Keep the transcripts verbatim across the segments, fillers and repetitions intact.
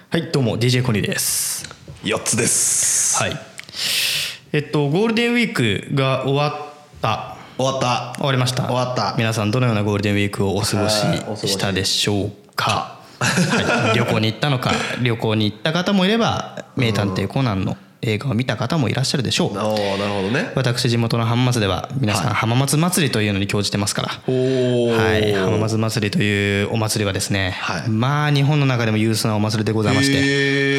はいどうも ディージェー コニーです。 よっつです。 はいえっとゴールデンウィークが終わった終わった終わりました終わった。 皆さんどのようなゴールデンウィークをお過ごししたでしょうか。はい、旅行に行ったのか旅行に行った方もいれば名探偵コナンの映画を見た方もいらっしゃるでしょう。 おーなるほどね。 私地元の浜松では皆さん、はい、浜松祭りというのに興じてますから。はい、浜松祭りというお祭りはですね、はい、まあ日本の中でも有数なお祭りでございまして、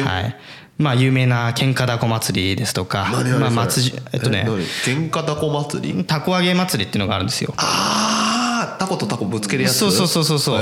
はい、まあ有名な喧嘩だこ祭りですとか、まあ祭りえっとね喧嘩だこ祭り、 たこ揚げ祭りっていうのがあるんですよ。 ああ、タコとタコぶつけるやつ。 そうそうそうそうそう。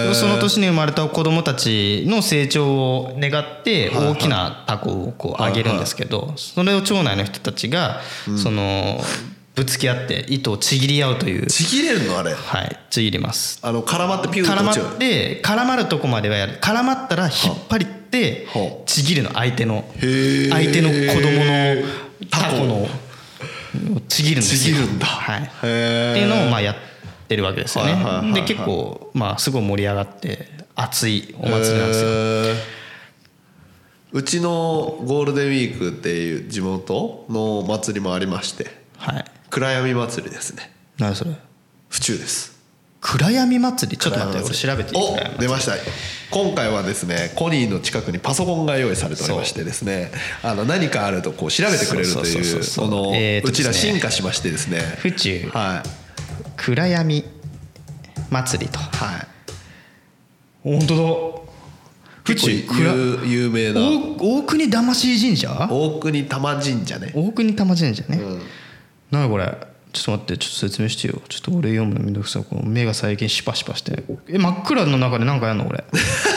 その年に生まれた子供たちの成長を願って大きなタコをこう揚げるんですけど、それを町内の人たちがそのぶつけ合って糸をちぎり合うという。 ちぎれるのあれ。 はい、ちぎります。 あの絡まってピューッと落ちる。 絡まって絡まるとこまではやる。絡まったら引っ張りってちぎるの、相手の相手の子供のタコのちぎるんですよ。 ちぎるんだ。 はい。っていうのをまあやってるわけですよね。で結構まあすごい盛り上がって熱いお祭りなんですよ。 うちのゴールデンウィークっていう地元の祭りもありまして、はい、暗闇祭りですね。 何それ？ 府中です。 暗闇祭り、ちょっと待って俺調べていい？ お、出ました。今回はですねコニーの近くにパソコンが用意されておりましてですね、あの何かあるとこう調べてくれるというこのうちら進化しましてですね、 府中、 はい、 暗闇祭りと、 はい、 本当だ。 府中有名な大国魂神社、 大国玉神社ね。 大国玉神社ね、うん、何これ、ちょっと待って、ちょっと説明してよ。ちょっと俺読むのめんどくさい。こう目が最近シパシパして、え真っ暗の中で何かやんの俺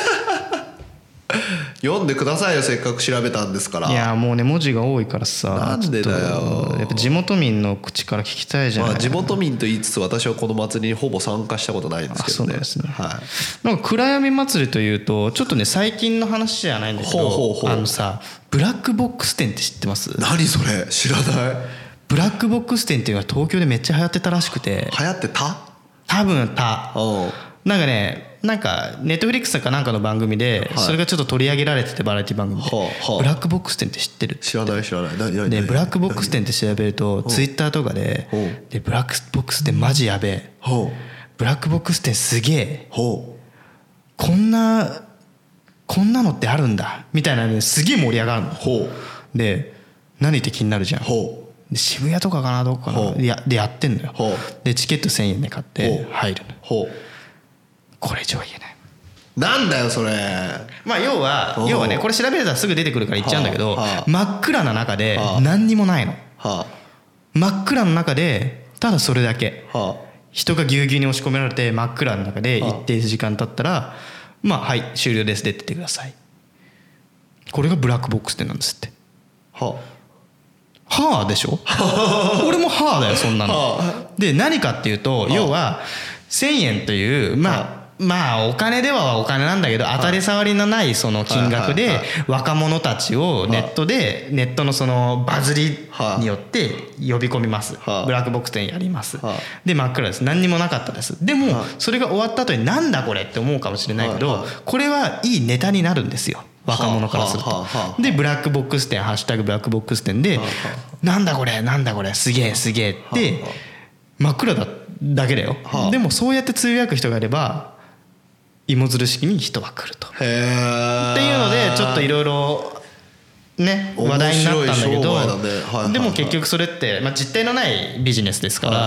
読んでくださいよ、せっかく調べたんですから。 いやもうね文字が多いからさ。 なんでだよ。 やっぱ地元民の口から聞きたいじゃない。 まあ、地元民と言いつつ私はこの祭りにほぼ参加したことないんですけどね。 あ、そうなんですね、 はい、 なんか暗闇祭りというとちょっとね最近の話じゃないんだけど、ほうほうほう、あのさブラックボックス店って知ってます？ 何それ、知らない。 ブラックボックス店っていうのは東京でめっちゃ流行ってたらしくて。 流行ってた？ 多分たなんかね、なんかネットフリックスかなんかの番組でそれがちょっと取り上げられてて、バラエティ番組で、はい、ブラックボックス店って知ってる？ 知らない知らない。何何でブラックボックス店って調べるとツイッターとかででブラックボックス店マジやべえ、ブラックボックス店すげえ、こんなこんなのってあるんだみたいなのですげえ盛り上がるの。で何って気になるじゃん。で渋谷とかかな、どこかな、で や, でやってんのよ。でチケットせんえんで買って入るの。これ以上は言えない。 なんだよそれ。 まあ要は要はね、これ調べたらすぐ出てくるから言っちゃうんだけど、真っ暗な中で何にもないの。真っ暗の中でただそれだけ、人がぎゅうぎゅうに押し込められて真っ暗の中で一定時間経ったら、まあはい終了です出てってください。これがブラックボックス店なんですって。はあはあでしょ俺もはあだよそんなの。で何かっていうと、要はせんえんというまあまあお金ではお金なんだけど当たり障りのないその金額で若者たちをネットでネットのそのバズりによって呼び込みます。ブラックボックス店やります。で真っ暗です。何にもなかったです。でもそれが終わった後になんだこれって思うかもしれないけど、これはいいネタになるんですよ、若者からすると。でブラックボックス店ハッシュタグブラックボックス店でなんだこれなんだこれすげえすげえって真っ暗だだけだよ。でもそうやってつぶやく人がいれば芋づる式に人は来ると。へーっていうのでちょっといろいろね話題になったんだけど、でも結局それってまあ実体のないビジネスですから、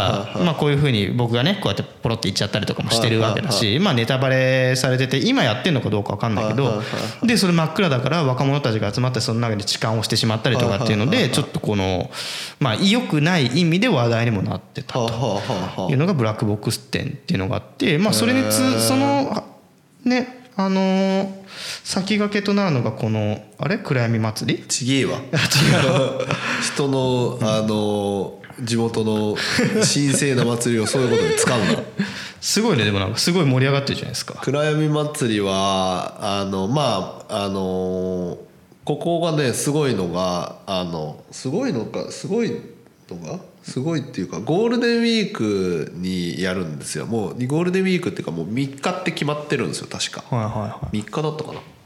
まあこういうふうに僕がねこうやってポロって言っちゃったりとかもしてるわけだし、まあネタバレされてて今やってんのかどうか分かんないけど、でそれ真っ暗だから若者たちが集まってその中で痴漢をしてしまったりとかっていうのでちょっとこのまあ良くない意味で話題にもなってたというのがブラックボックス店っていうのがあって、まあそれにつそのねあのー、先駆けとなるのがこのあれ暗闇祭りちげえわ違う人のあのー、地元の神聖な祭りをそういうことに使うんだすごいね。でもなんかすごい盛り上がってるじゃないですか。 暗闇祭りはあのまああのー、ここがねすごいのがあのすごいのかすごいのがすごいっていうかゴールデンウィークにやるんですよ。もうゴールデンウィークっていうかもうみっかって決まってるんですよ確か。はいはいはい、みっかだったかな。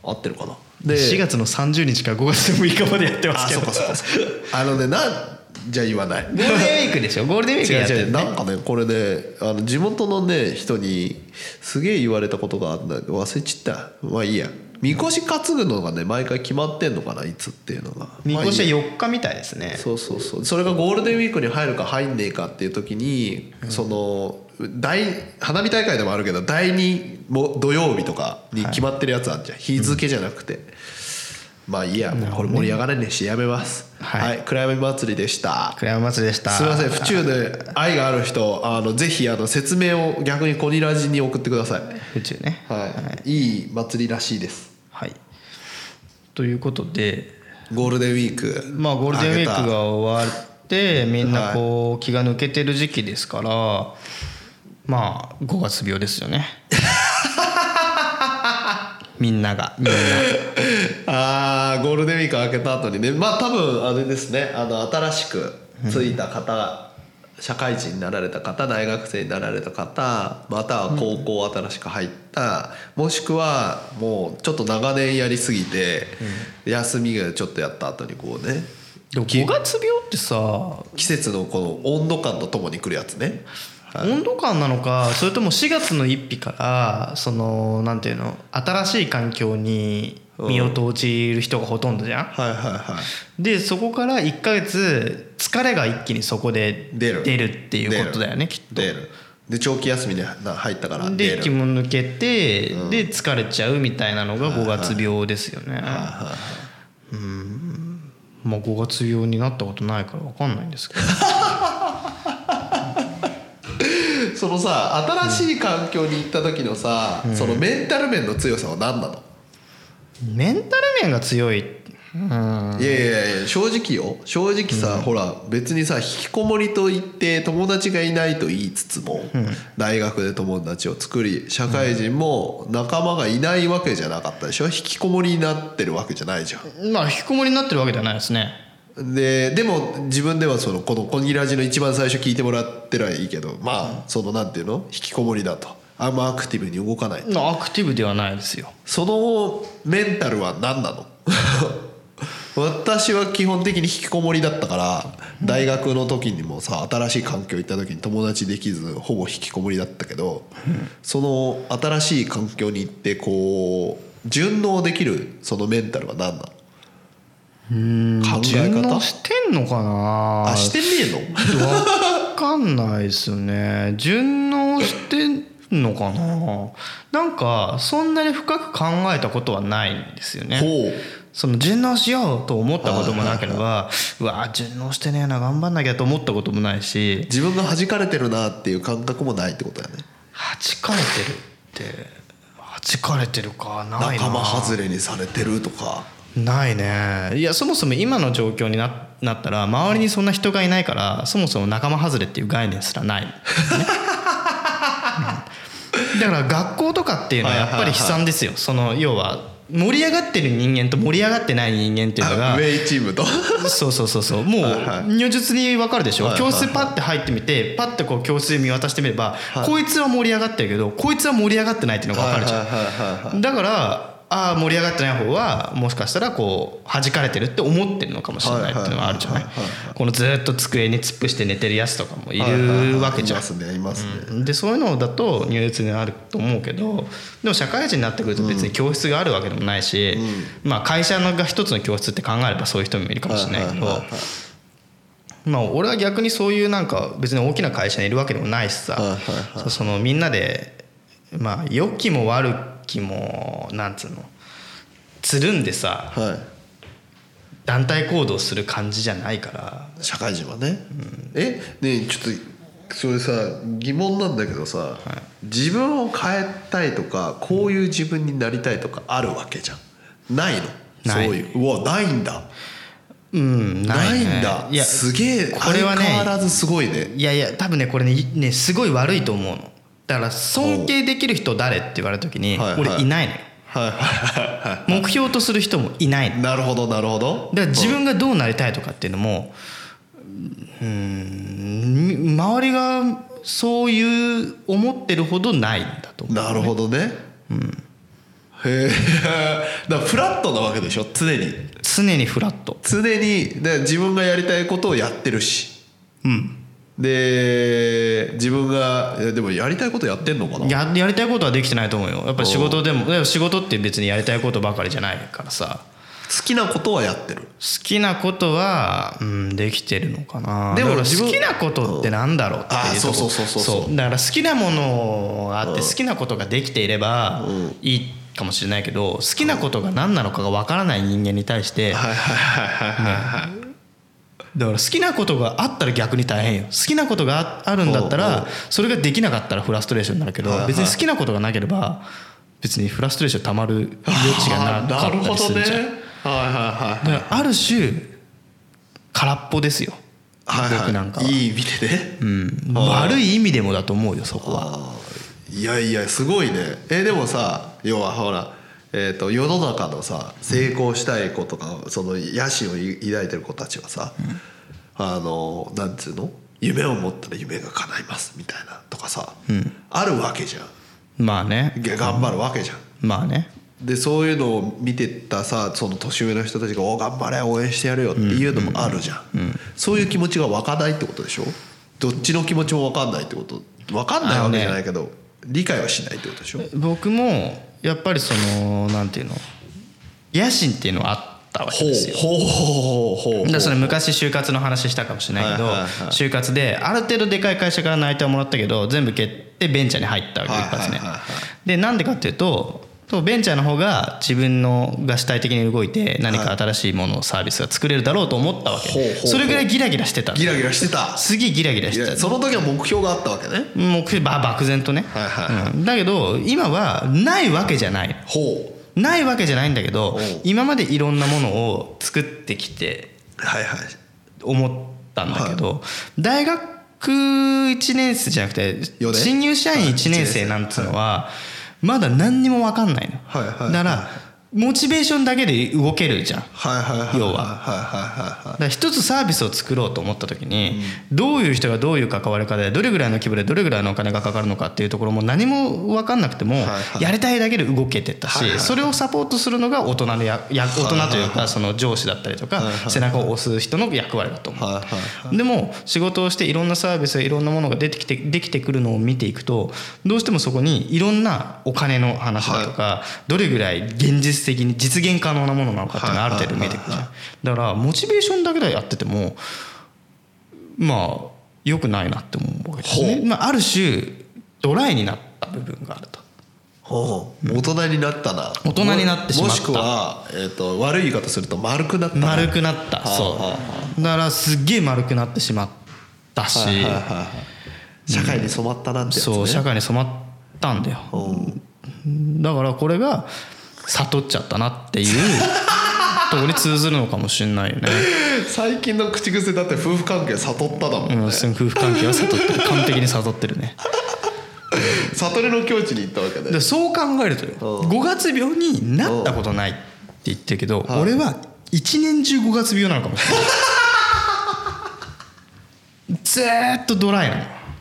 合ってるかな。 でしがつのさんじゅうにちからごがつむいかまでやってますけど。 あ、そうかそうか。あのね、なんじゃ言わない。 ゴールデンウィークでしょ。ゴールデンウィークやってる、ね、 なんかねこれねあの地元のね人にすげえ言われたことがあったんだけど忘れちゃった。まあいいや。みこし担ぐのがね毎回決まってんのかな、いつっていうのが。 みこしはよっかみたいですね。 そうそうそう。それがゴールデンウィークに入るか入んねえかっていう時に、うん、その大花火大会でもあるけどだいにも土曜日とかに決まってるやつあるじゃん、はい、日付じゃなくて、うん、まあいいや、もうこれ盛り上がらねえしやめます。はい、はい、暗闇祭りでした。 暗闇祭りでした。 すみません、府中で愛がある人あのぜひあの説明を逆にコニラジに送ってください。 府中ね、 はい、はい、いい祭りらしいです。 はい。ということでゴールデンウィーク、 まあゴールデンウィークが終わってみんなこう気が抜けてる時期ですから、まあごがつ病ですよね。みんながみんなあーゴールデンウィーク明けた後にね、まあ多分あれですね、あの新しくついた方、うん、社会人になられた方、大学生になられた方、または高校新しく入った、うん、もしくはもうちょっと長年やりすぎて、うん、休みがちょっとやった後にこうね、 でもごがつ病ってさ季節のこの温度感とともに来るやつね。 はい、温度感なのか、それともしがつのいっ日からそのなんていうの新しい環境に身を投じる人がほとんどじゃん、うん、 はいはいはい。 でそこからいっかげつ疲れが一気にそこで出る出るっていうことだよね、きっと。 出るで長期休みに入ったから出るで気も抜けて、うん、で疲れちゃうみたいなのがごがつ病ですよね。はいはいはい、うん、まあごがつ病になったことないから分かんないんですけど。 そのさ新しい環境に行った時のさ、うん、そのメンタル面の強さは何なの？ メンタル面が強い、うん、 いやいやいや正直よ正直さ、うん、ほら別にさ引きこもりといって友達がいないと言いつつも、うん、大学で友達を作り社会人も仲間がいないわけじゃなかったでしょ。引きこもりになってるわけじゃないじゃん。 まあ引きこもりになってるわけじゃないですね。 ででも自分ではそのこのコニラジの一番最初聞いてもらってらいいけど、まあそのなんていうの引きこもりだとあんまアクティブに動かない。 アクティブではないですよ。 そのメンタルは何なの？私は基本的に引きこもりだったから大学の時にもさ新しい環境行った時に友達できずほぼ引きこもりだったけど、その新しい環境に行ってこう順応できるそのメンタルは何なの？ うーん考え方順応してんのかなあしてねえの分かんないですよね。順応してんのかな。なんかそんなに深く考えたことはないんですよね。ほうその順応しようと思ったこともなければうわ順応してねえな頑張んなきゃと思ったこともないし自分が弾かれてるなっていう感覚もないってことだよね。 弾かれてるって弾かれてるかないな。 仲間外れにされてるとかないね。いやそもそも今の状況に な, なったら周りにそんな人がいないからそもそも仲間外れっていう概念すらない、ねうん、だから学校とかっていうのはやっぱり悲惨ですよ。その要は盛り上がってる人間と盛り上がってない人間っていうのがウェイチームとそうそうそうそうもう如実に分かるでしょ、はいはいはい、教室パッて入ってみてパッてこう教室で見渡してみれば、はい、こいつは盛り上がってるけどこいつは盛り上がってないっていうのが分かるじゃん、はいはいはいはい、だからああ盛り上がってない方はもしかしたらこう弾かれてるって思ってるのかもしれないっていうのがあるじゃない。このずっと机に突っ伏して寝てるやつとかもいるわけじゃん。いますねいますね、うん、でそういうのだと入熱にあると思うけどでも社会人になってくると別に教室があるわけでもないし、うん、まあ会社が一つの教室って考えればそういう人もいるかもしれないけどまあ俺は逆にそういうなんか別に大きな会社にいるわけでもないしさ、はいはいはい、そのみんなでまあ良きも悪きもなんつうのつるんでさ、はい、団体行動する感じじゃないから社会人はね、うん、えねえちょっとそれさ疑問なんだけどさ、はい、自分を変えたいとかこういう自分になりたいとかあるわけじゃん。ないの？ないそういううわないんだうんないね、ないんだ。いやすげえこれはね相変わらずすごいね。 いやいや多分ねこれ ね, ねすごい悪いと思うの。だから尊敬できる人誰って言われた時に俺いないのよ。はいはいはいはい、目標とする人もいないの。 なるほどなるほど。 だから自分がどうなりたいとかっていうのもうーん周りがそういう思ってるほどないんだと思う、ね、 なるほどね、 うん、 へえだからフラットなわけでしょ常に常にフラット常にで自分がやりたいことをやってるしうんで自分がでもやりたいことやってんのかなや, やりたいことはできてないと思うよやっぱり仕事でも仕事って別にやりたいことばかりじゃないからさ好きなことはやってる好きなことは、うん、できてるのかなでも好きなことってなんだろうっていうとこそうそうそうそうそうだから好きなものがあって好きなことができていればいいかもしれないけど好きなことが何なのかが分からない人間に対してだから好きなことがあったら逆に大変よ好きなことがあるんだったらそれができなかったらフラストレーションになるけど別に好きなことがなければ別にフラストレーションたまる余地がなかったりするじゃんはいはいはいだからある種空っぽですよ、 はいはい、 僕なんかはいい意味でね、 うん、悪い意味でもだと思うよそこはいやいやすごいねえでもさ要はほら、えー、と世の中のさ成功したい子とか、うん、その野心を抱いてる子たちはさ、うん、あのなんつうの夢を持ったら夢が叶いますみたいなとかさ、うん、あるわけじゃんまあね頑張るわけじゃん、 うん、まあねでそういうのを見てたさその年上の人たちが「お頑張れ応援してやるよ」っていうのもあるじゃん、うんうんうん、そういう気持ちが湧かないってことでしょどっちの気持ちも分かんないってこと分かんないわけじゃないけど、ね、理解はしないってことでしょ僕もやっぱりそのなんていうの野心っていうのはあったわけですよほうほうほうほうほうだからそれ昔就活の話したかもしれないけど、はいはいはい、就活である程度でかい会社から内定をもらったけど全部蹴ってベンチャーに入ったわけ一発ね、はいはいはいはい、でなんでかっていうとベンチャーの方が自分のが主体的に動いて何か新しいものサービスが作れるだろうと思ったわけ、はい、それぐらいギラギラしてたギラギラしてたすげえギラギラしてたその時は目標があったわけね目標ば漠然とね、はいはいはいうん、だけど今はないわけじゃないほうないわけじゃないんだけど今までいろんなものを作ってきて思ったんだけど、はいはい、大学いちねん生じゃなくて新入社員いちねん生なんつうのはまだ何にも分かんないの、はいはいはい、だからモチベーションだけで動けるじゃん、はいはいはい、要はだから一つサービスを作ろうと思った時に、うん、どういう人がどういう関わり方でどれぐらいの規模でどれぐらいのお金がかかるのかっていうところも何も分かんなくても、はいはい、やりたいだけで動けてったし、はいはい、それをサポートするのが大人のやや大人というかその上司だったりとか、はいはい、背中を押す人の役割だと思う、はいはいはい、でも仕事をしていろんなサービスいろんなものが出てきてできてくるのを見ていくとどうしてもそこにいろんなお金の話だとか、はい、どれぐらい現実的に実現可能なものなのかっていうのがある程度見えてくるじゃん。だからモチベーションだけでやっててもまあ良くないなって思うわけですね。まあ、ある種ドライになった部分があると。 ほう大人になったな。 大人になってしまった。 もしくは、えーと、悪い言い方すると丸くなったな。 丸くなった。そうだからすっげえ丸くなってしまったし、はいはいはいはい、 社会に染まったなんてやつね。 そう社会に染まったんだよ。だからこれが悟っちゃったなっていうところに通ずるのかもしれないよね。 最近の口癖だって夫婦関係悟っただもんね、うん、夫婦関係は悟ってる完璧に悟ってるね悟りの境地に行ったわけで、 でそう考えるとよ、ごがつ病になったことないって言ってるけど、俺は一年中ごがつ病なのかもしれないずーっとドライなの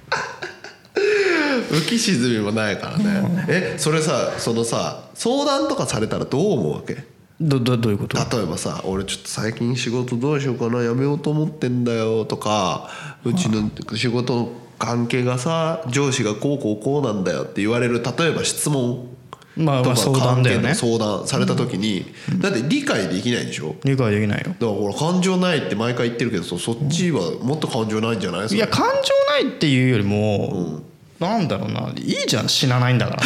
浮き沈みもないからね、うん、えそれさそのさ相談とかされたらどう思うわけ？ ど, ど, どういうこと？ 例えばさ俺ちょっと最近仕事どうしようかなやめようと思ってんだよとかうちの仕事の関係がさ上司がこうこうこうなんだよって言われる例えば質問まあまあ相談だよね。 相談された時に、うん、だって理解できないでしょ？ 理解できないよ。 だからほら感情ないって毎回言ってるけどそっちはもっと感情ないんじゃない？ いや感情ないっていうよりも、うん、なんだろうないいじゃん死なないんだから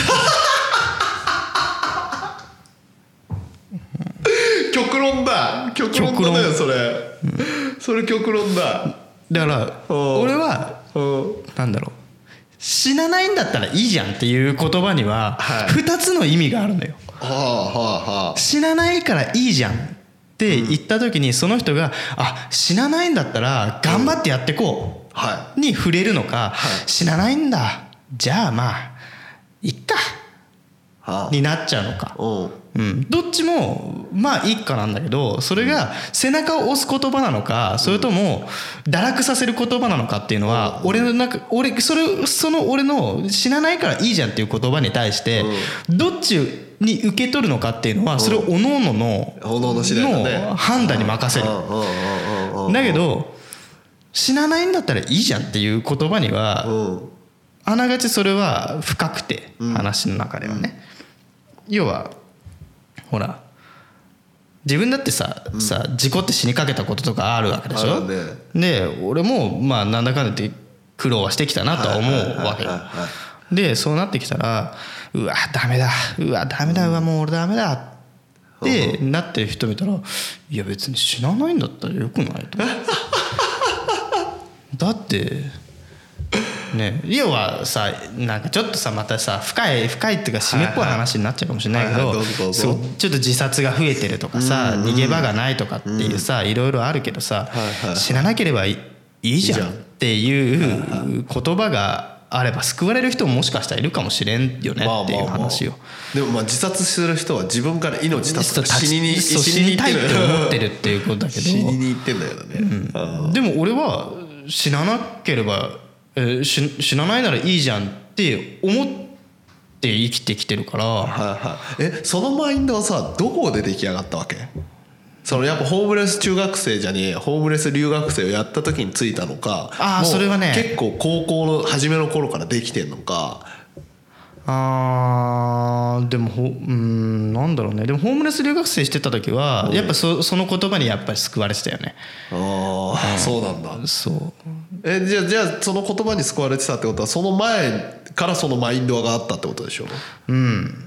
極論だ極論だよそれ、うん、それ極論だ。 だから俺はなんだろう死なないんだったらいいじゃんっていう言葉にはふたつの意味があるのよ、はいはあはあ、死なないからいいじゃんって言った時にその人があ死なないんだったら頑張ってやってこうに触れるのか、はい、死なないんだじゃあまあいっかになっちゃうのか、うん、どっちもまあ一家なんだけど、それが背中を押す言葉なのか、それとも堕落させる言葉なのかっていうのは、俺の中俺それその俺の死なないからいいじゃんっていう言葉に対してどっちに受け取るのかっていうのは、それを各々の判断に任せる。だけど死なないんだったらいいじゃんっていう言葉にはあながちそれは深くて、話の中ではね、要はほら自分だってさ、うん、さ事故って死にかけたこととかあるわけでしょ、ね、で俺もまあなんだかんだって苦労はしてきたなとは思うわけよ。でそうなってきたらうわダメだうわダメだうわもう俺ダメだってなってる人見たら、いや別に死なないんだったらよくないとだってね、要はさなんかちょっとさまたさ深い深いっていうか締めっぽい話になっちゃうかもしれないけど、ちょっと自殺が増えてるとかさ、逃げ場がないとかっていうさいろいろあるけどさ、死ななければいいじゃんっていう言葉があれば救われる人ももしかしたらいるかもしれんよねっていう話よ。 でもまあ自殺する人は自分から命絶つ死にに死にたいって思ってるっていうことだけど、 死にに行ってんだよね。 でも俺は死ななければ死, 死なないならいいじゃんって思って生きてきてるから、はいはい、えそのマインドはさどこで出来上がったわけ？そのやっぱホームレス中学生じゃねえホームレス留学生をやった時についたのか、 あそれはね結構高校の初めの頃からできてんのか。 あでもほうんなんだろうね。でもホームレス留学生してた時はやっぱ そ, その言葉にやっぱり救われてたよね。 ああ、うん、そうなんだ。 そうえじゃあじゃあその言葉に救われてたってことはその前からそのマインドがあったってことでしょ。 うん、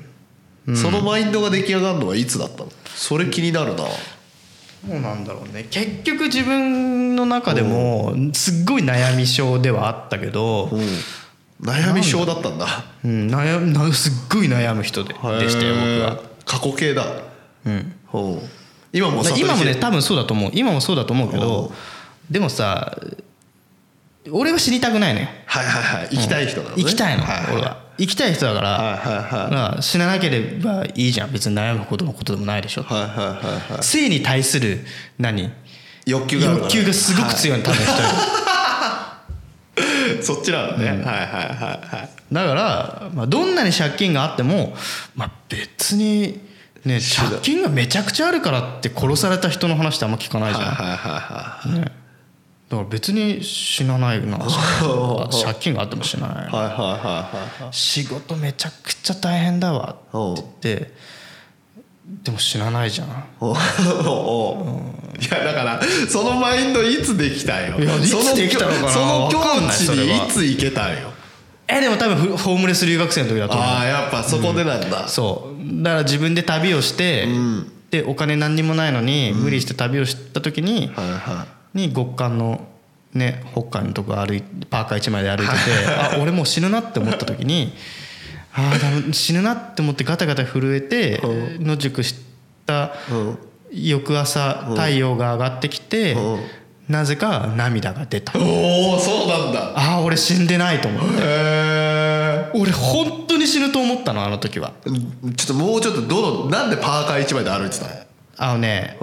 うん、そのマインドが出来上がるのはいつだったの？それ気になるな。 そうなんだろうね。結局自分の中でもすっごい悩み性ではあったけど、 うん悩み性だったんだ。 うん、悩むすっごい悩む人ででしたよ僕は。 過去形だ。 うん。 今も今もね多分そうだと思う。今もそうだと思うけど、でもさ、俺は死にたくないね。 はいはいはい。生きたい人なのね。 生きたいの、はいはい、俺は生きたい人だから、はいはいはい、死ななければいいじゃん。別に悩むことのことでもないでしょ。はいはいはいはい。生に対する何欲求があるから、 欲求がすごく強いの、多分人そっちなのね、うん、はいはいはいはい。 だから、まあ、どんなに借金があっても、まあ、別にね借金がめちゃくちゃあるからって殺された人の話ってあんま聞かないじゃん、はいはいはいはい、ね、だから別に死なないな借金があっても死なない、はいはいはいはい、仕事めちゃくちゃ大変だわって言ってでも死なないじゃん。おお、うん、いやだからそのマインドいつできたよ。 いやいつできたのかな。 その境地にいつ行けたよ。 えでも多分ホームレス留学生の時だと思う。 ああやっぱそこでなんだ、 うん、そうだから自分で旅をして、うん、でお金何にもないのに無理して旅をした時に、うんはいはい、に極寒のね北海のとこ歩いパーカー一枚で歩いててあ俺もう死ぬなって思った時にああ死ぬなって思ってガタガタ震えて野宿した翌朝太陽が上がってきてなぜか涙が出た。 おおそうなんだ。 ああ俺死んでないと思って。へ俺本当に死ぬと思ったのあの時は。 ちょっともうちょっとどのなんでパーカー一枚で歩いてたの？ あのね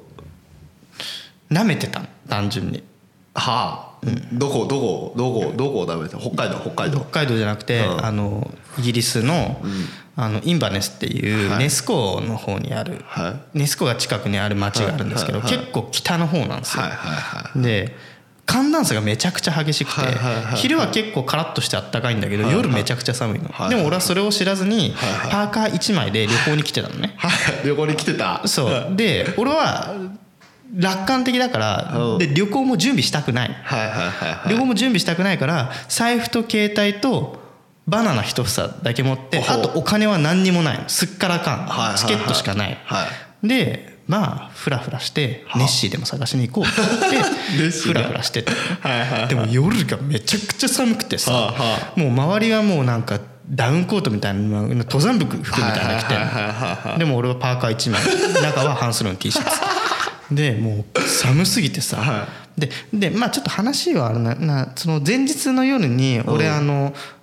舐めてた単純に。 はあうん、どこどこどこどこを舐めてた？北海道北海道北海道じゃなくて、うん、あのイギリスの、うん、あのインバネスっていう、はい、ネス湖の方にある、はい、ネス湖が近くにある町があるんですけど、はいはいはい、結構北の方なんですよ、はいはいはい、で寒暖差がめちゃくちゃ激しくて、はいはいはいはい、昼は結構カラッとしてあったかいんだけど、はいはい、夜めちゃくちゃ寒いの、はいはい、でも俺はそれを知らずに、はいはい、パーカーいちまいで旅行に来てたのね、 はい、旅行に来てた。 そうで俺は楽観的だからで旅行も準備したくない、はいはいはいはい、旅行も準備したくないから財布と携帯とバナナ一房だけ持ってあとお金は何にもないすっからかん、はいはいはい、チケットしかない、はい、でまあフラフラしてネッシーでも探しに行こうってフラフラしててはいはい、はい、でも夜がめちゃくちゃ寒くてさ、はいはい、もう周りはもうなんかダウンコートみたいな登山服みたいなの着てる、はいはいはいはい、でも俺はパーカーいちまい中は半スローの T シャツでもう寒すぎてさ、はい、ででまあちょっと話はあるななその前日の夜に俺、うん、あの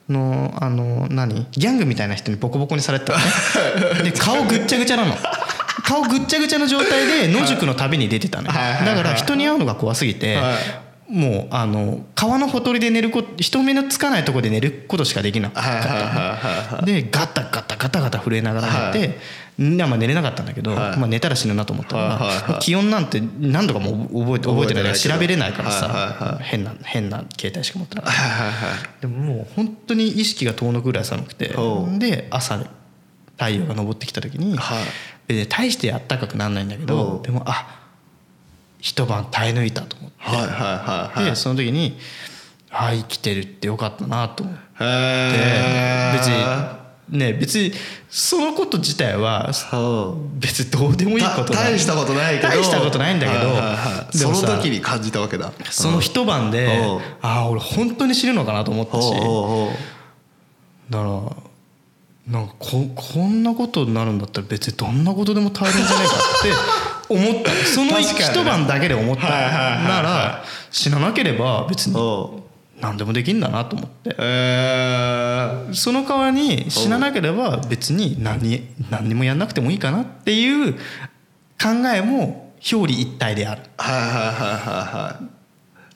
のあの何ギャングみたいな人にボコボコにされてたのねで顔ぐっちゃぐちゃなの顔ぐっちゃぐちゃの状態で野宿の旅に出てたのよ。だから人に会うのが怖すぎて、もうあの川のほとりで寝ること、人目のつかないところで寝ることしかできなかったので、ガタガタガタガタ震えながら寝て、まあ寝れなかったんだけど、まあ寝たら死ぬなと思ったら、気温なんて何度かも覚えて覚えてないから調べれないからさ、変な変な携帯しか持ってなかった。でももう本当に意識が遠のくぐらい寒くて、で朝太陽が昇ってきた時に、で大してあったかくならないんだけど、でもあ一晩耐え抜いたと思って、はいはいはいはい、でその時にあ生きてるってよかったなと思って、別にね別にそのこと自体は別にどうでもいいことだ、大したことないけど大したことないんだけど、はいはいはい、その時に感じたわけだ。 その一晩でああ俺本当に死ぬのかなと思ったし、だからなんか こ, こんなことになるんだったら別にどんなことでも耐えるんじゃないかって思ったその一晩だけで思ったなら死ななければ別に何でもできるんだなと思って、えー、その代わりに死ななければ別に 何, 何にもやんなくてもいいかなっていう考えも表裏一体である。 はいはいはいはいはい。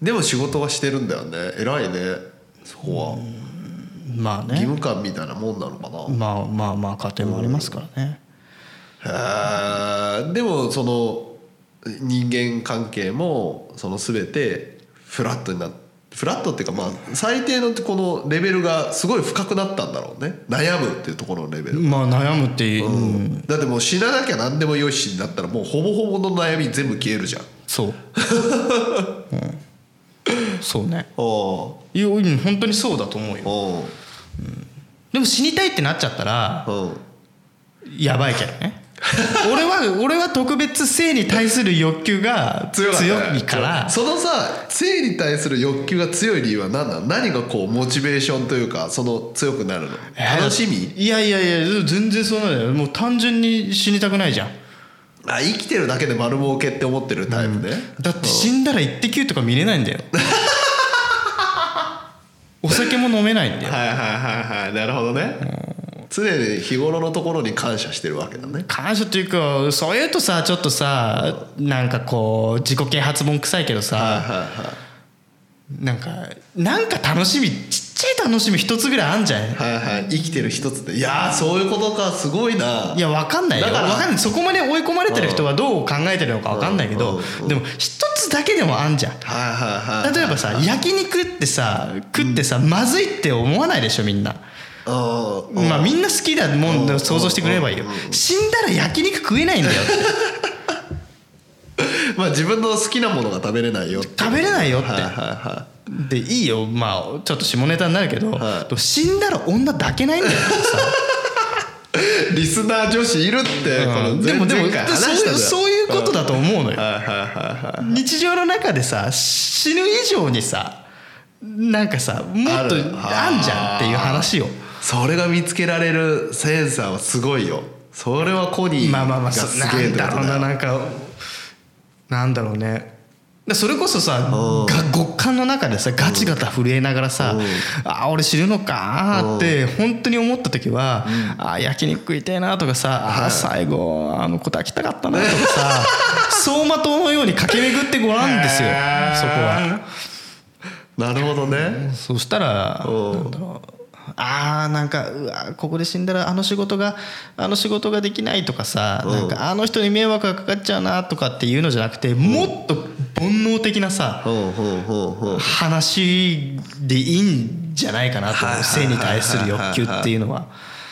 でも仕事はしてるんだよね。偉いねそこは。 まあね、 義務感みたいなもんなのかな。 まあまあまあ家庭もありますからね。 へえ。でもその人間関係もその全てフラットになって、フラットっていうかまあ最低のこのレベルがすごい深くなったんだろうね。悩むっていうところのレベル。 まあ悩むっていう、うん、 だってもう死ななきゃ何でもよしになったらもうほぼほぼの悩み全部消えるじゃん。 そう、うん、そうね。おいや本当にそうだと思うよ。お、うん、でも死にたいってなっちゃったらやばいけどね俺は俺は特別生に対する欲求が強いから。 そのさ生に対する欲求が強い理由は何なの？何がこうモチベーションというかその強くなるの？楽しみ？ いやいやいや全然そうなんだよ。もう単純に死にたくないじゃん。 あ生きてるだけで丸儲けって思ってるタイプね、 うん、だって死んだらイッテ Q とか見れないんだよお酒も飲めないんだよ。 はいはいはいはいなるほどね、うん、常に日頃のところに感謝してるわけだね。 感謝っていうかそういうとさちょっとさなんかこう自己啓発本臭いけどさ、はいはいはい、なんかなんか楽しみちっちゃい楽しみ一つぐらいあんじゃん。 はいはい生きてる一つで。いやーそういうことかすごいな。 いや分かんないよ分かんない。そこまで追い込まれてる人はどう考えてるのか分かんないけど、でも一つだけでもあんじゃん。はいはいはい。例えばさ焼肉ってさ食ってさまずいって思わないでしょみんな。あまあみんな好きだもん想像してくれればいいよ。死んだら焼肉食えないんだよってまあ自分の好きなものが食べれないよって。 食べれないよって、はいはいはい、でいいよまあちょっと下ネタになるけど、はい、死んだら女抱けないんだよさリスナー女子いるって、うん、このでもでもそういう、そういうことだと思うのよ、はいはいはいはい、日常の中でさ死ぬ以上にさなんかさもっとあんじゃんっていう話を。 それが見つけられるセンサーはすごいよ。それはコニーがすげえってことだよ。まあまあまあなんだろうななんかなんだろうね。それこそさ、うん、極寒の中でさガチガタ震えながらさ、うん、あ俺死ぬのかって本当に思った時は、うん、あ焼肉食いたいなとかさ、はい、あ最後あの子抱きたかったなとかさ走馬灯のように駆け巡ってごらんですよそこは。 なるほどね。 そしたらなんだろうあーなんかうわここで死んだらあの仕事があの仕事ができないとかさ、うん、なんかあの人に迷惑がかかっちゃうなとかっていうのじゃなくて、うん、もっと煩悩的なさ、うん、話でいいんじゃないかなと思う。性に対する欲求っていうのは。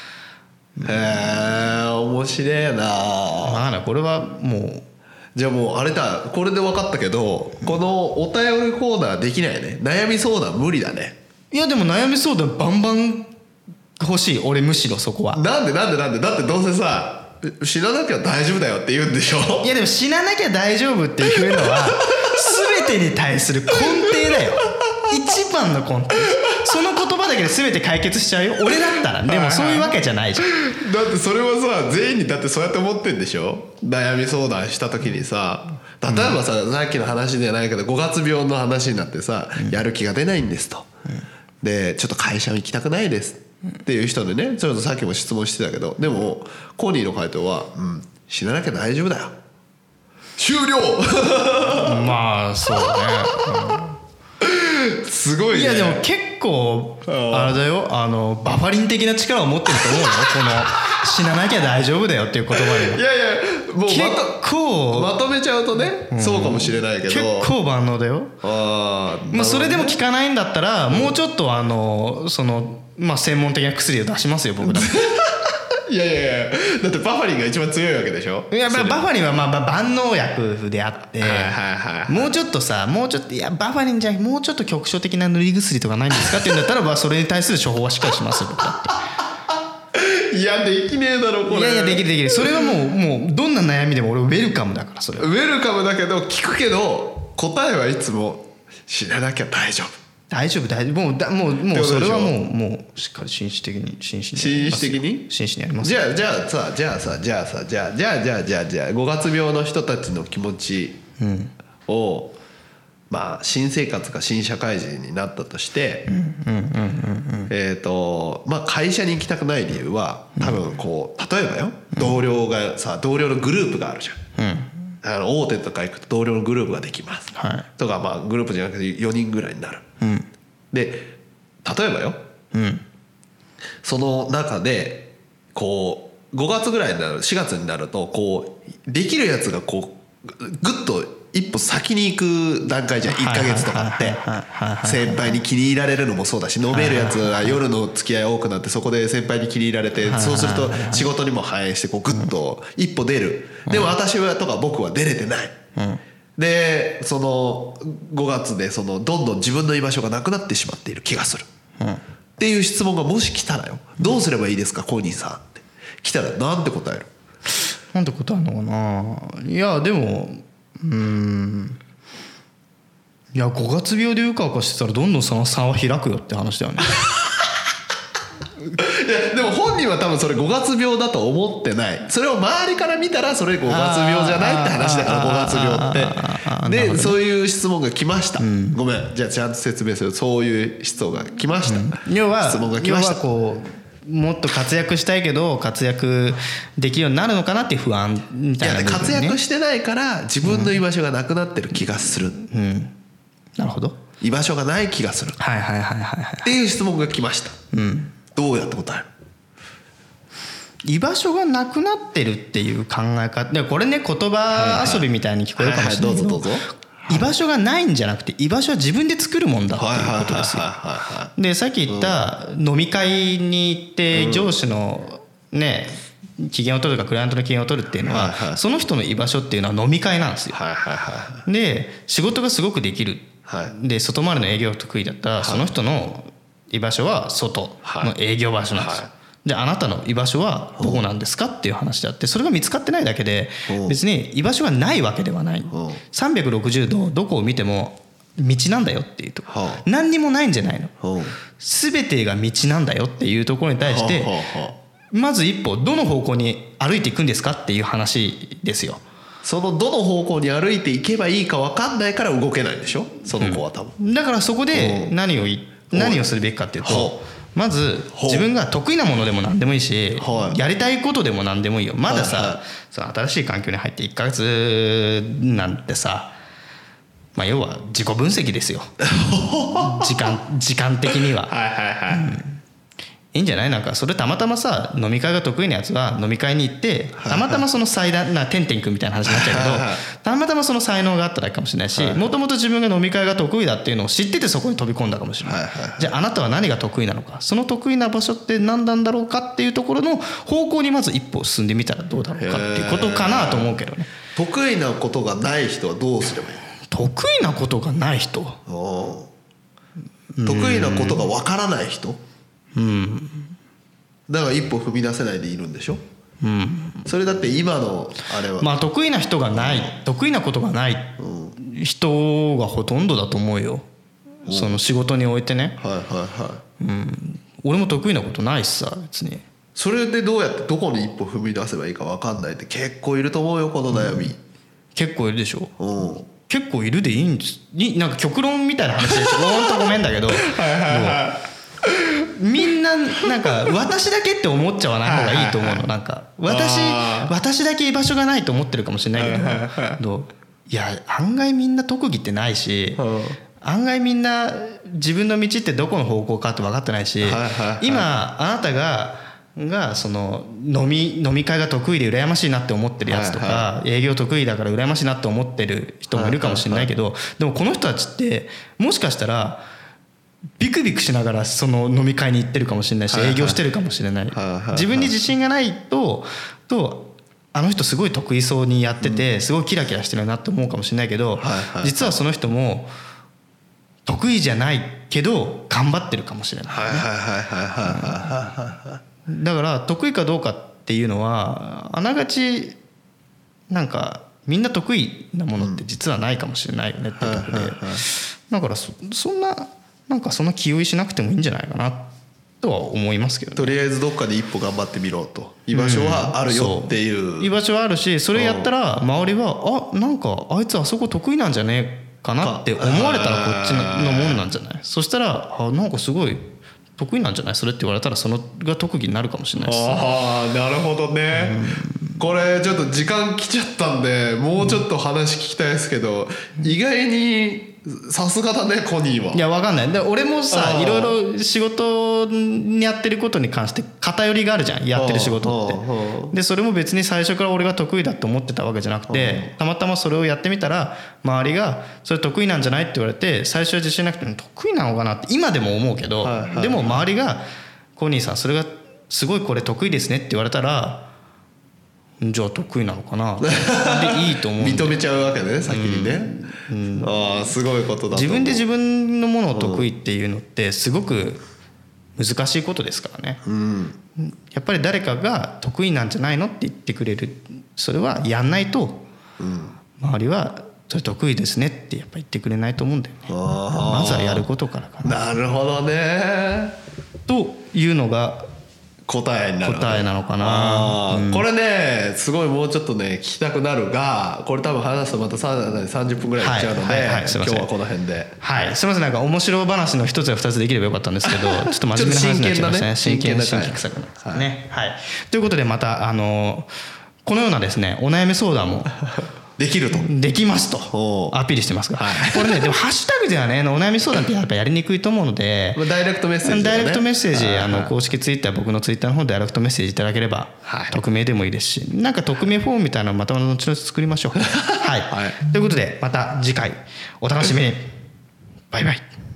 へえ面白いな。 まあなこれはもうじゃあもうあれだこれで分かったけど、このお便りコーナーできないね。悩み相談無理だね。 いやでも悩み相談バンバン欲しい俺むしろそこは。 なんでなんでなんでだってどうせさ死ななきゃ大丈夫だよって言うんでしょ。 いやでも死ななきゃ大丈夫っていうのは全てに対する根底だよ一番の根底。その言葉だけで全て解決しちゃうよ俺だったら。でもそういうわけじゃないじゃん。 だってそれはさ全員にだってそうやって思ってんでしょ。悩み相談した時にさ例えばさ、うん、さっきの話じゃないけどごがつ病の話になってさ、うん、やる気が出ないんですと、うんでちょっと会社行きたくないですっていう人でね、ちょっとさっきも質問してたけど、でもコニーの回答は、うん、死ななきゃ大丈夫だよ、終了まあそうね、 うん、すごいね。 いやでも結構あれだよ、あのバファリン的な力を持ってると思うよこの死ななきゃ大丈夫だよっていう言葉には。 いやいやもう結構まとめちゃうとね、うん、そうかもしれないけど結構万能だよ。 あ、ね、 まあ、それでも効かないんだったら、うん、もうちょっとあのその、まあ、専門的な薬を出しますよ僕だっていやいやいや、だってバファリンが一番強いわけでしょ。 いやバファリンはまあ万能薬であって、はいはいはい、もうちょっとさ、もうちょっといやバファリンじゃもうちょっと局所的な塗り薬とかないんですかって言うんだったらばそれに対する処方はしっかりしますよ僕だって。 いやできねえだろこれ。 いやいやできるできる、それはもうもうどんな悩みでも俺ウェルカムだから。それはウェルカムだけど聞くけど答えはいつも死ななきゃ大丈夫大丈夫大丈夫、もうだもうもうそれはもうもうしっかり紳士的に紳士に紳士的に紳士にやります。 じゃあじゃあさじゃあさじゃあさじゃあじゃあじゃあじゃあじゃあごがつ病の人たちの気持ちを、うん、まあ新生活か新社会人になったとしてえっとまあ会社に行きたくない理由は多分こう例えばよ、同僚がさ同僚のグループがあるじゃん、うん、あの大手とか行くと同僚のグループができます、はい、とかまあグループじゃなくてよにんぐらいになる、うん、で例えばよ、うん、その中でこうごがつぐらいになるしがつになるとこうできるやつがこうグッと一歩先に行く段階じゃん。いっかげつとかって先輩に気に入られるのもそうだし、飲めるやつは夜の付き合い多くなってそこで先輩に気に入られて、そうすると仕事にも反映してこうグッと一歩出る。でも私はとか僕は出れてない、でそのごがつでそのどんどん自分の居場所がなくなってしまっている気がするっていう質問がもし来たらよ、どうすればいいですかコーニーさんって来たらなんて答える？ なんて答えるのかな。いやでもうーんいやごがつ病でうかうかしてたらどんどんその差は開くよって話だよねいやでも本人は多分それごがつ病だと思ってない。それを周りから見たらそれごがつ病じゃないって話だからごがつ病ってで、ね、そういう質問が来ました、うん、ごめんじゃあちゃんと説明する。そういう質問が来ました、 うん、要は質問が来ました。 要はこうもっと活躍したいけど活躍できるようになるのかなっていう不安みたいな部分、ね、 いや活躍してないから自分の居場所がなくなってる気がする、うんうん、なるほど。 居場所がない気がする、 はいはいはいはいはいっていう質問が来ました、うん、どうやって答える？ 居場所がなくなってるっていう考え方で、これね言葉遊びみたいに聞こえるかもしれないけど、居場所がないんじゃなくて居場所は自分で作るもんだっていうことですよ。でさっき言った飲み会に行って上司のね機嫌を取るかクライアントの機嫌を取るっていうのはその人の居場所っていうのは飲み会なんですよ。で仕事がすごくできるで外回りの営業が得意だったらその人の居場所は外の営業場所なんですよ。じゃああなたの居場所はどこなんですかっていう話であって、それが見つかってないだけで別に居場所がないわけではない。さんびゃくろくじゅうどどこを見ても道なんだよっていうところ、何にもないんじゃないの、全てが道なんだよっていうところに対してまず一歩どの方向に歩いていくんですかっていう話ですよ。 そのどの方向に歩いていけばいいか分かんないから動けないんでしょその子は多分、 うん、だからそこで何を何をするべきかっていうと、まず自分が得意なものでも何でもいいし、やりたいことでも何でもいいよ。まださ、その新しい環境に入っていっかげつなんてさ、まあ要は自己分析ですよ時間時間的には。はいはいはい、うん、いいんじゃない？なんかそれたまたまさ飲み会が得意なやつは飲み会に行ってたまたまその才能なてんてんくんみたいな話になっちゃうけどたまたまその才能があっただけかもしれないし、もともと自分が飲み会が得意だっていうのを知っててそこに飛び込んだかもしれない。じゃああなたは何が得意なのか、その得意な場所って何なんだろうかっていうところの方向にまず一歩進んでみたらどうだろうかっていうことかなと思うけどね。 得意なことがない人はどうすればいい？ 得意なことがない人、 得意なことがわからない人、うん、だから一歩踏み出せないでいるんでしょ、うん、それだって今のあれはまあ得意な人がない、得意なことがない人がほとんどだと思うよ、うん、その仕事においてね。はいはいはい、うん、俺も得意なことないしさ別に。 それでどうやってどこに一歩踏み出せばいいか分かんないって結構いると思うよこの悩み、うん、 結構いるでしょ、うん、結構いるでいいんです。なんか極論みたいな話でほんとごめんだけどはいはい、はい、 みんななんか私だけって思っちゃわない方がいいと思うの。なんか私私だけ居場所がないと思ってるかもしれないけど、いや案外みんな特技ってないし、案外みんな自分の道ってどこの方向かって分かってないし、今あなたががその飲み飲み会が得意で羨ましいなって思ってるやつとか、営業得意だから羨ましいなって思ってる人もいるかもしれないけど、でもこの人たちってもしかしたらビクビクしながらその飲み会に行ってるかもしれないし、営業してるかもしれない。自分に自信がないととあの人すごい得意そうにやっててすごいキラキラしてるなって思うかもしれないけど、実はその人も得意じゃないけど頑張ってるかもしれない。だから得意かどうかっていうのはあながちなんかみんな得意なものって実はないかもしれないよねってとこで、だから そ, そんななんかそんな気負いしなくてもいいんじゃないかなとは思いますけどね。 とりあえずどっかで一歩頑張ってみろと、居場所はあるよっていう、 うん、居場所はあるし、それやったら周りはあなんかあいつあそこ得意なんじゃねえかなって思われたらこっちのもんなんじゃない。そしたらあなんかすごい得意なんじゃないそれって言われたらそのが特技になるかもしれないです。 ああなるほどね、うん、これちょっと時間来ちゃったんでもうちょっと話聞きたいですけど、うん、意外にさすがだねコニーは。 いや分かんない。で俺もさいろいろ仕事にやってることに関して偏りがあるじゃん、やってる仕事って。でそれも別に最初から俺が得意だと思ってたわけじゃなくて、たまたまそれをやってみたら周りがそれ得意なんじゃないって言われて、最初は自信なくて得意なのかなって今でも思うけど、はいはい、でも周りがコニーさんそれがすごいこれ得意ですねって言われたらじゃあ得意なのかなでいいと思うん認めちゃうわけね先にね、うんうん、ああすごいことだと思う。 自分で自分のものを得意っていうのってすごく難しいことですからね、うん、やっぱり誰かが得意なんじゃないのって言ってくれる、それはやんないと、うん、周りはそれ得意ですねってやっぱ言ってくれないと思うんだよね。まずはやることからかな。 なるほどねというのが答えになる答えなのかな、 うん、これねすごいもうちょっとね聞きたくなるが、これ多分話すとまたさんじゅっぷんぐらいいっちゃうので、はいはいはい、今日はこの辺ではいすみません。なんか面白話の一つや二つできればよかったんですけどちょっと真面目な話になっちゃいましたね。真剣な真剣臭くなってますね、はいはい、ということでまたあのこのようなですねお悩み相談もできるとできますとアピールしてますが、はい、これねでもハッシュタグではねお悩み相談ってやっぱやりにくいと思うのでダイレクトメッセージ、ね、 ダイレクトメッセージあの公式ツイッター僕のツイッターの方でダイレクトメッセージいただければ、はい、匿名でもいいですし、なんか匿名フォームみたいなのまた後々作りましょうはい、はい、ということでまた次回お楽しみにバイバイ。